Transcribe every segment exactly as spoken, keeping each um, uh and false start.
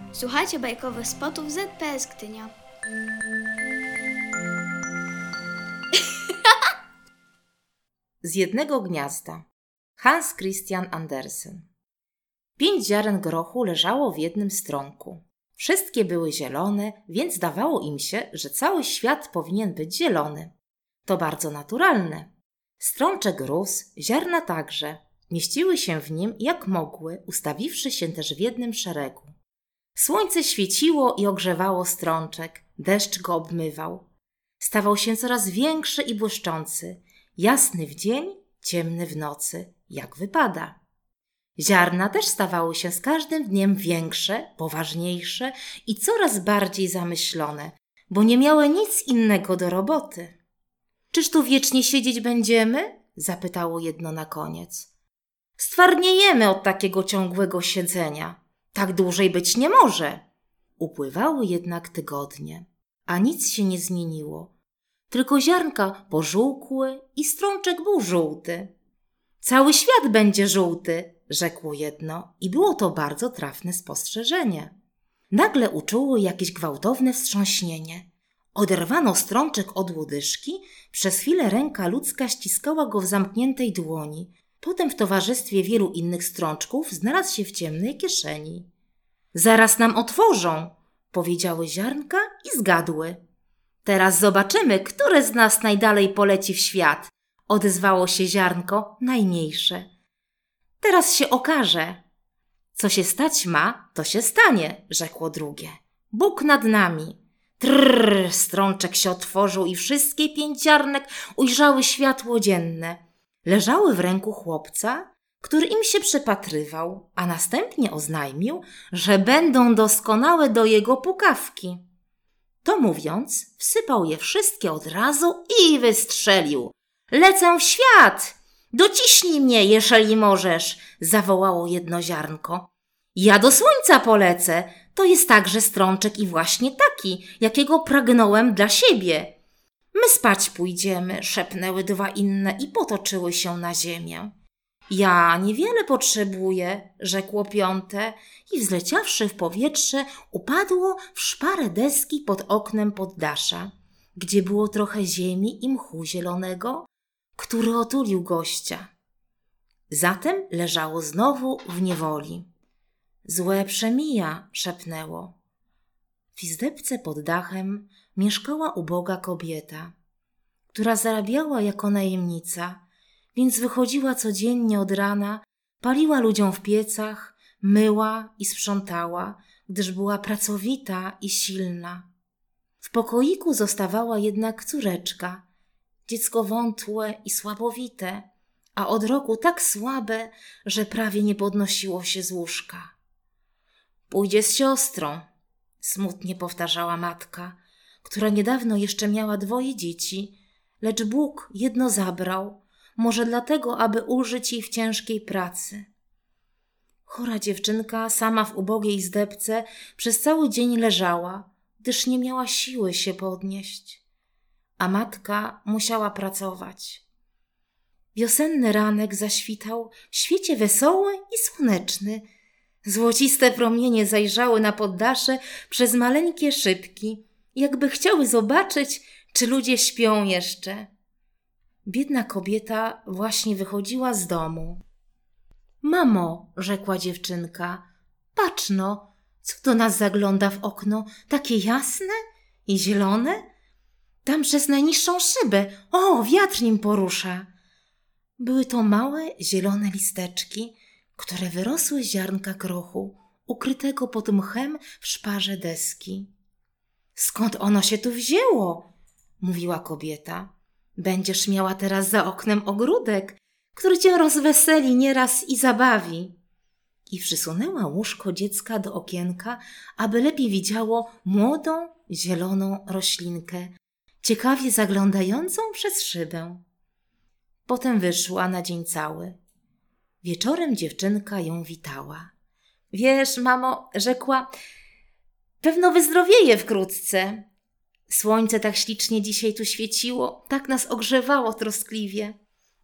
Słuchajcie bajkowych spotów Z P S Gdynia. Z jednego gniazda. Hans Christian Andersen. Pięć ziaren grochu leżało w jednym strąku. Wszystkie były zielone, więc zdawało im się, że cały świat powinien być zielony. To bardzo naturalne. Strączek rósł, ziarna także. Mieściły się w nim jak mogły, ustawiwszy się też w jednym szeregu. Słońce świeciło i ogrzewało strączek, deszcz go obmywał. Stawał się coraz większy i błyszczący, jasny w dzień, ciemny w nocy, jak wypada. Ziarna też stawały się z każdym dniem większe, poważniejsze i coraz bardziej zamyślone, bo nie miały nic innego do roboty. Czyż tu wiecznie siedzieć będziemy? Zapytało jedno na koniec. Stwardniejemy od takiego ciągłego siedzenia. Tak dłużej być nie może. Upływały jednak tygodnie, a nic się nie zmieniło. Tylko ziarnka pożółkły i strączek był żółty. Cały świat będzie żółty, rzekło jedno i było to bardzo trafne spostrzeżenie. Nagle uczuło jakieś gwałtowne wstrząśnienie. Oderwano strączek od łodyżki, przez chwilę ręka ludzka ściskała go w zamkniętej dłoni. Potem w towarzystwie wielu innych strączków znalazł się w ciemnej kieszeni. Zaraz nam otworzą, powiedziały ziarnka i zgadły. Teraz zobaczymy, które z nas najdalej poleci w świat, odezwało się ziarnko najmniejsze. Teraz się okaże. Co się stać ma, to się stanie, rzekło drugie. Bóg nad nami. Trrr, strączek się otworzył i wszystkie pięć ziarnek ujrzały światło dzienne. Leżały w ręku chłopca, który im się przypatrywał, a następnie oznajmił, że będą doskonałe do jego pukawki. To mówiąc, wsypał je wszystkie od razu i wystrzelił. Lecę w świat! Dociśnij mnie, jeżeli możesz, zawołało jedno ziarnko. Ja do słońca polecę, to jest także strączek i właśnie taki, jakiego pragnąłem dla siebie. My spać pójdziemy, szepnęły dwa inne i potoczyły się na ziemię. Ja niewiele potrzebuję, rzekło piąte i wzleciawszy w powietrze upadło w szparę deski pod oknem poddasza, gdzie było trochę ziemi i mchu zielonego, który otulił gościa. Zatem leżało znowu w niewoli. Złe przemija, szepnęło. W izdebce pod dachem mieszkała uboga kobieta, która zarabiała jako najemnica, więc wychodziła codziennie od rana, paliła ludziom w piecach, myła i sprzątała, gdyż była pracowita i silna. W pokoiku zostawała jednak córeczka, dziecko wątłe i słabowite, a od roku tak słabe, że prawie nie podnosiło się z łóżka. Pójdzie z siostrą, smutnie powtarzała matka, która niedawno jeszcze miała dwoje dzieci, lecz Bóg jedno zabrał, może dlatego, aby użyć jej w ciężkiej pracy. Chora dziewczynka sama w ubogiej izdebce przez cały dzień leżała, gdyż nie miała siły się podnieść, a matka musiała pracować. Wiosenny ranek zaświtał w świecie wesoły i słoneczny. Złociste promienie zajrzały na poddasze przez maleńkie szybki, jakby chciały zobaczyć, czy ludzie śpią jeszcze. Biedna kobieta właśnie wychodziła z domu. Mamo, rzekła dziewczynka, patrz no, co do nas zagląda w okno, takie jasne i zielone? Tam przez najniższą szybę, o, wiatr nim porusza. Były to małe, zielone listeczki, które wyrosły z ziarnka grochu, ukrytego pod mchem w szparze deski. Skąd ono się tu wzięło? Mówiła kobieta. Będziesz miała teraz za oknem ogródek, który cię rozweseli nieraz i zabawi. I przysunęła łóżko dziecka do okienka, aby lepiej widziało młodą, zieloną roślinkę, ciekawie zaglądającą przez szybę. Potem wyszła na dzień cały. Wieczorem dziewczynka ją witała. Wiesz, mamo, rzekła, pewno wyzdrowieje wkrótce. Słońce tak ślicznie dzisiaj tu świeciło, tak nas ogrzewało troskliwie.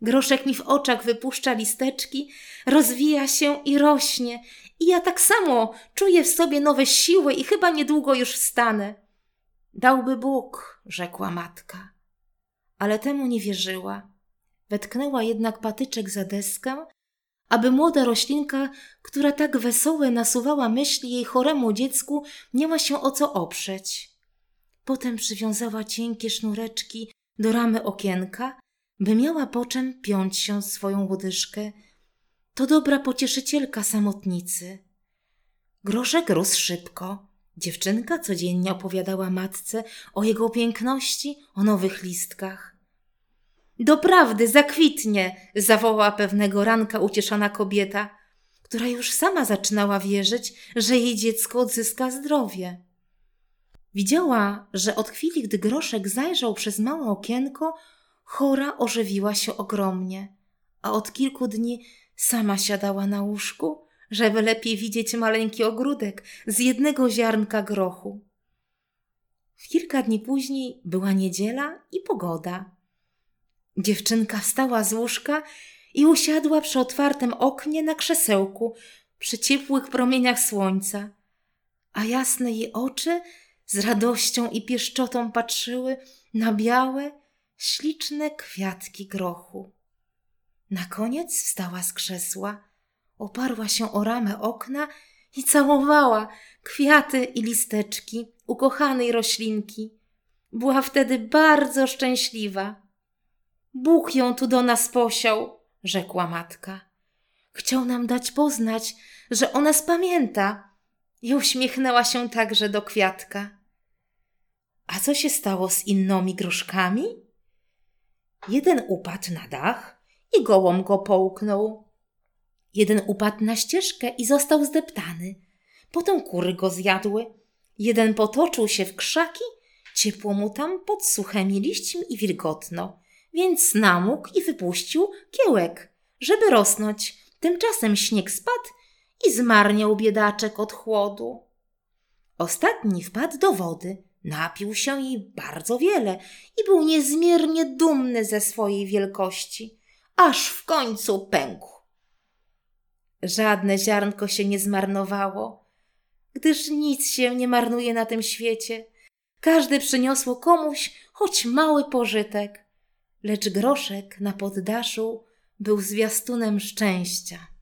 Groszek mi w oczach wypuszcza listeczki, rozwija się i rośnie. I ja tak samo czuję w sobie nowe siły i chyba niedługo już wstanę. Dałby Bóg, rzekła matka. Ale temu nie wierzyła. Wetknęła jednak patyczek za deskę, aby młoda roślinka, która tak wesołe nasuwała myśli jej choremu dziecku, miała się o co oprzeć. Potem przywiązała cienkie sznureczki do ramy okienka, by miała po czym piąć się swoją łodyżkę. To dobra pocieszycielka samotnicy. Groszek rósł szybko. Dziewczynka codziennie opowiadała matce o jego piękności, o nowych listkach. Doprawdy zakwitnie, zawołała pewnego ranka ucieszona kobieta, która już sama zaczynała wierzyć, że jej dziecko odzyska zdrowie. Widziała, że od chwili, gdy Groszek zajrzał przez małe okienko, chora ożywiła się ogromnie, a od kilku dni sama siadała na łóżku, żeby lepiej widzieć maleńki ogródek z jednego ziarnka grochu. W kilka dni później była niedziela i pogoda. Dziewczynka wstała z łóżka i usiadła przy otwartym oknie na krzesełku przy ciepłych promieniach słońca, a jasne jej oczy z radością i pieszczotą patrzyły na białe, śliczne kwiatki grochu. Na koniec wstała z krzesła, oparła się o ramę okna i całowała kwiaty i listeczki ukochanej roślinki. Była wtedy bardzo szczęśliwa. Bóg ją tu do nas posiął, rzekła matka. Chciał nam dać poznać, że o nas pamięta. I uśmiechnęła się także do kwiatka. A co się stało z innymi groszkami? Jeden upadł na dach i gołąb go połknął. Jeden upadł na ścieżkę i został zdeptany. Potem kury go zjadły. Jeden potoczył się w krzaki, ciepło mu tam pod suchymi liśćmi i wilgotno, więc namógł i wypuścił kiełek, żeby rosnąć. Tymczasem śnieg spadł i zmarniał biedaczek od chłodu. Ostatni wpadł do wody, napił się jej bardzo wiele i był niezmiernie dumny ze swojej wielkości, aż w końcu pękł. Żadne ziarnko się nie zmarnowało, gdyż nic się nie marnuje na tym świecie. Każde przyniosło komuś choć mały pożytek, lecz groszek na poddaszu był zwiastunem szczęścia.